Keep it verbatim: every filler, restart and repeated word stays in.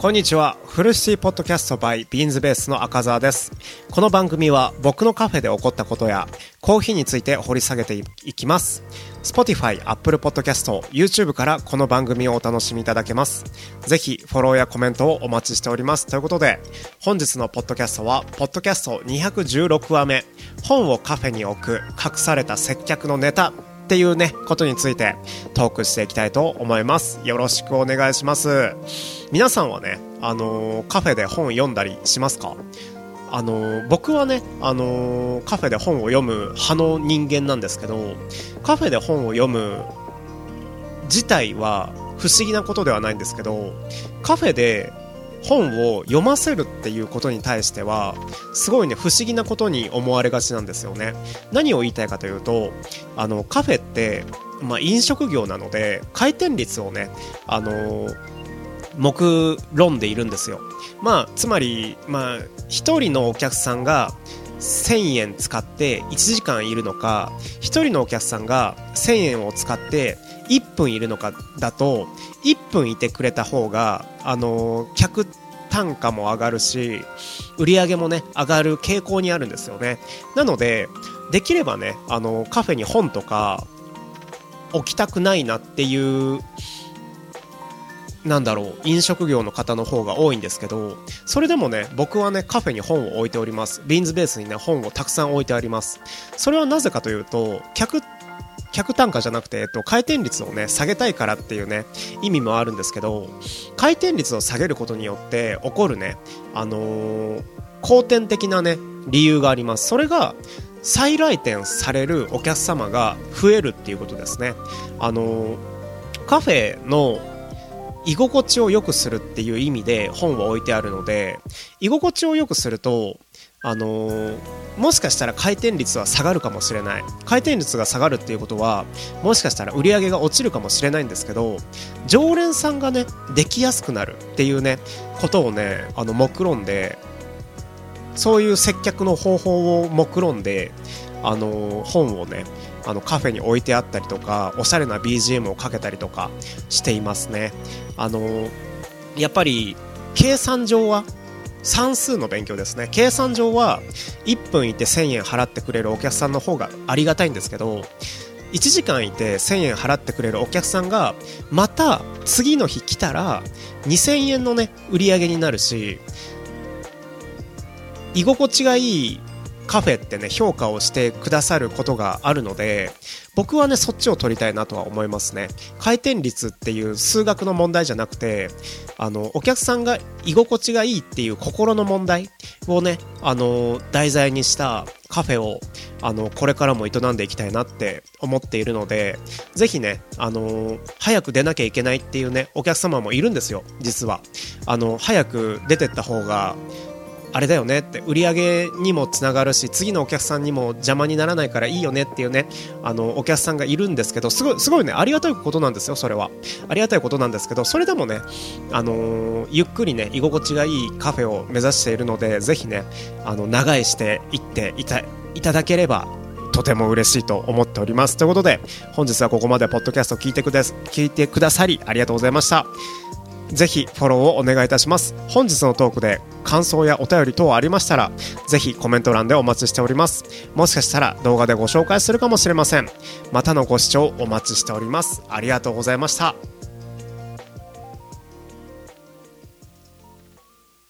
こんにちは。フルシティポッドキャスト by ビーンズベースの赤澤です。この番組は僕のカフェで起こったことやコーヒーについて掘り下げていきます。Spotify、Apple Podcast、YouTube からこの番組をお楽しみいただけます。ぜひフォローやコメントをお待ちしております。ということで本日のポッドキャストはポッドキャストにひゃくじゅうろくわめ、本をカフェに置く隠された接客のネタっていうねことについてトークしていきたいと思います。よろしくお願いします。皆さんはね、あのー、カフェで本読んだりしますか？あのー、僕はね、あのー、カフェで本を読む派の人間なんですけど、カフェで本を読む自体は不思議なことではないんですけど、カフェで本を読ませるっていうことに対してはすごいね不思議なことに思われがちなんですよね。何を言いたいかというと、あのカフェって、まあ、飲食業なので回転率をね、あの目論んでいるんですよ。まあつまり、まあ、ひとりのお客さんがせんえん使っていちじかんいるのか、ひとりのお客さんがせんえんを使っていっぷんいるのかだと、いっぷんいてくれた方があの客単価も上がるし売り上げもね上がる傾向にあるんですよね。なのでできればね、あのカフェに本とか置きたくないなっていうなんだろう飲食業の方の方が多いんですけど、それでもね僕はねカフェに本を置いております。ビーンズベースにね本をたくさん置いてあります。それはなぜかというと、客客単価じゃなくて、えっと、回転率をね下げたいからっていうね意味もあるんですけど、回転率を下げることによって起こるね、あのー、後天的なね理由があります。それが再来店されるお客様が増えるっていうことですね。あのー、カフェの居心地を良くするっていう意味で本を置いてあるので、居心地を良くするとあのー、もしかしたら回転率は下がるかもしれない。回転率が下がるっていうことはもしかしたら売り上げが落ちるかもしれないんですけど、常連さんがねできやすくなるっていうねことをねあの目論んで、そういう接客の方法を目論んで、あのー、本をねあのカフェに置いてあったりとか、おしゃれな ビージーエム をかけたりとかしていますね。あのー、やっぱり計算上は算数の勉強ですね。計算上はいっぷんいてせんえん払ってくれるお客さんの方がありがたいんですけど、いちじかんいてせんえん払ってくれるお客さんがまた次の日来たらにせんえんのね売り上げになるし、居心地がいいカフェってね評価をしてくださることがあるので、僕はねそっちを取りたいなとは思いますね。回転率っていう数学の問題じゃなくて、あのお客さんが居心地がいいっていう心の問題をねあの題材にしたカフェをあのこれからも営んでいきたいなって思っているので、ぜひねあの早く出なきゃいけないっていうねお客様もいるんですよ。実はあの早く出てった方があれだよねって、売り上げにもつながるし次のお客さんにも邪魔にならないからいいよねっていうねあのお客さんがいるんですけど、すごいすごいねありがたいことなんですよ。それはありがたいことなんですけど、それでもね、あのー、ゆっくりね居心地がいいカフェを目指しているので、ぜひねあの長居していっていた、いただければとても嬉しいと思っております。ということで本日はここまでポッドキャスト聞いてくだ聞いてくださりありがとうございました。ぜひフォローをお願いいたします。本日のトークで感想やお便り等ありましたらぜひコメント欄でお待ちしております。もしかしたら動画でご紹介するかもしれません。またのご視聴お待ちしております。ありがとうございました。